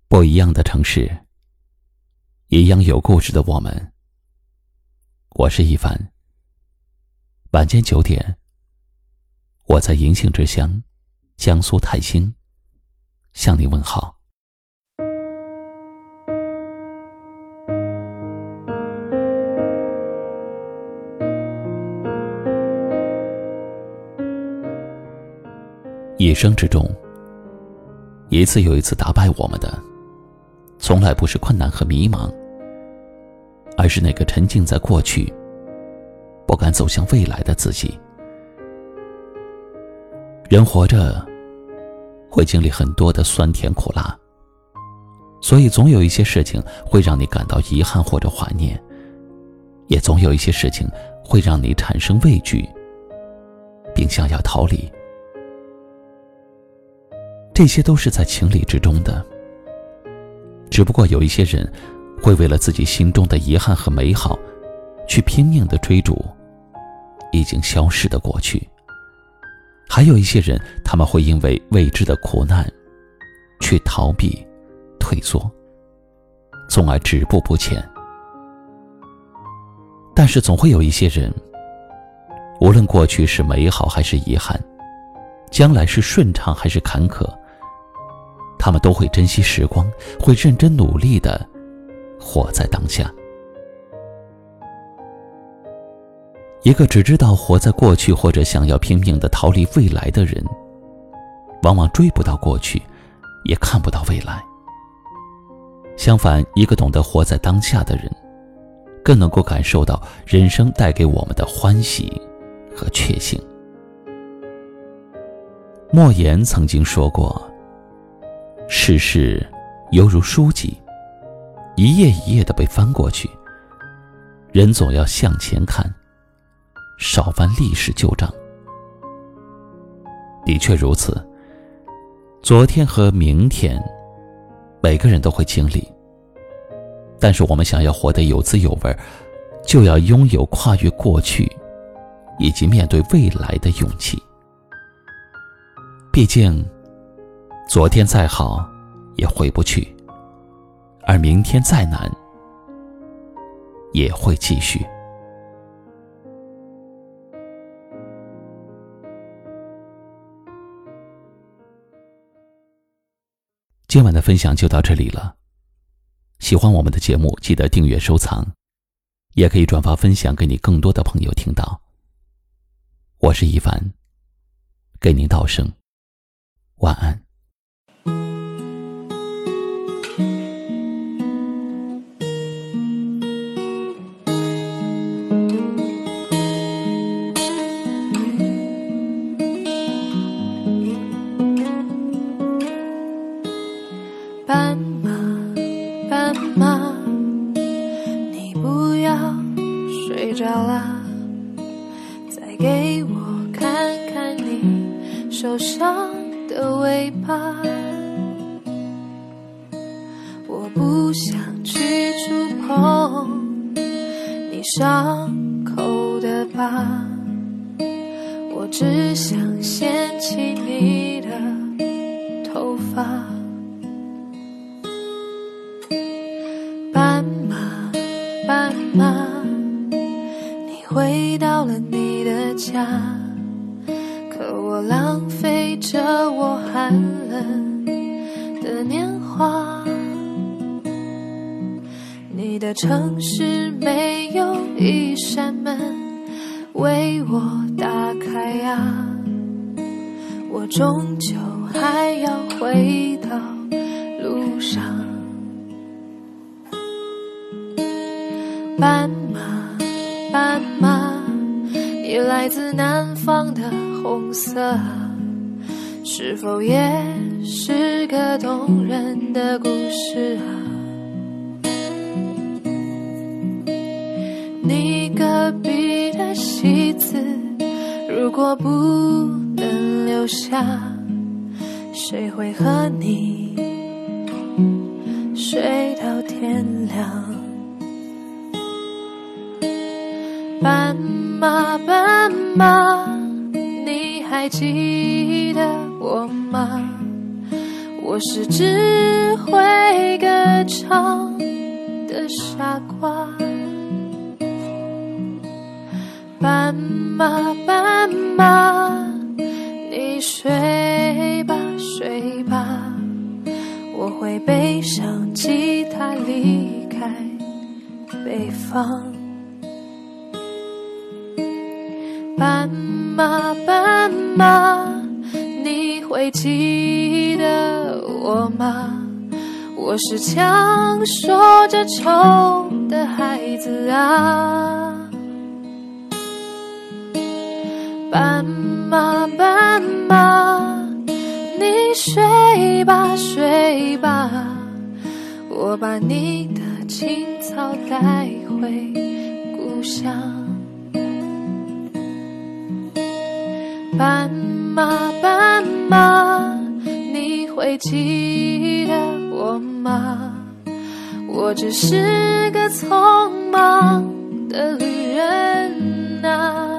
不一样的城市，一样有故事的我们。我是一凡。晚间9点，我在银杏之乡江苏泰兴向你问好。一生之中，一次又一次打败我们的，从来不是困难和迷茫，而是那个沉浸在过去，不敢走向未来的自己。人活着会经历很多的酸甜苦辣，所以总有一些事情会让你感到遗憾或者怀念，也总有一些事情会让你产生畏惧，并想要逃离。这些都是在情理之中的，只不过有一些人会为了自己心中的遗憾和美好，去拼命地追逐已经消逝的过去。还有一些人，他们会因为未知的苦难去逃避退缩，从而止步不前。但是总会有一些人，无论过去是美好还是遗憾，将来是顺畅还是坎坷，他们都会珍惜时光，会认真努力地活在当下。一个只知道活在过去或者想要拼命地逃离未来的人，往往追不到过去，也看不到未来。相反，一个懂得活在当下的人，更能够感受到人生带给我们的欢喜和确幸。莫言曾经说过，世事犹如书籍，一页一页地被翻过去，人总要向前看，少翻历史旧账。的确如此，昨天和明天每个人都会经历，但是我们想要活得有滋有味，就要拥有跨越过去以及面对未来的勇气。毕竟昨天再好也回不去，而明天再难也会继续。今晚的分享就到这里了，喜欢我们的节目记得订阅收藏，也可以转发分享给你更多的朋友听到。我是一凡，给您道声晚安。 斑马，斑马，你不要睡着啦，再给我看看你受伤的尾巴。我不想去触碰你伤口的疤，我只想掀起你的头发。斑马，斑马，你回到了你的家，可我浪费着我寒冷的年华。你的城市没有一扇门为我打开呀，我终究还要回到路上。斑马，斑马，你来自南方的红色，是否也是个动人的故事啊？你隔壁的戏子，如果不能留下，谁会和你睡到天亮？斑马，斑马，你还记得我吗？我是只会场的傻瓜。斑马斑马，你睡吧睡吧，我会背上吉他离开北方。斑马斑马，你会记得我吗？我是强说着愁的孩子啊。斑马斑马，你睡吧睡吧，我把你的青草带回故乡。斑马斑马，你会记得我吗？我只是个匆忙的旅人啊。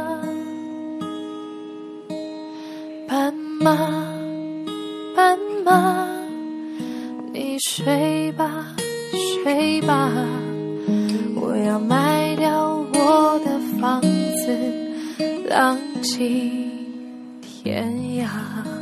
斑马斑马，你睡吧睡吧，我要卖掉我的房子，浪迹天涯。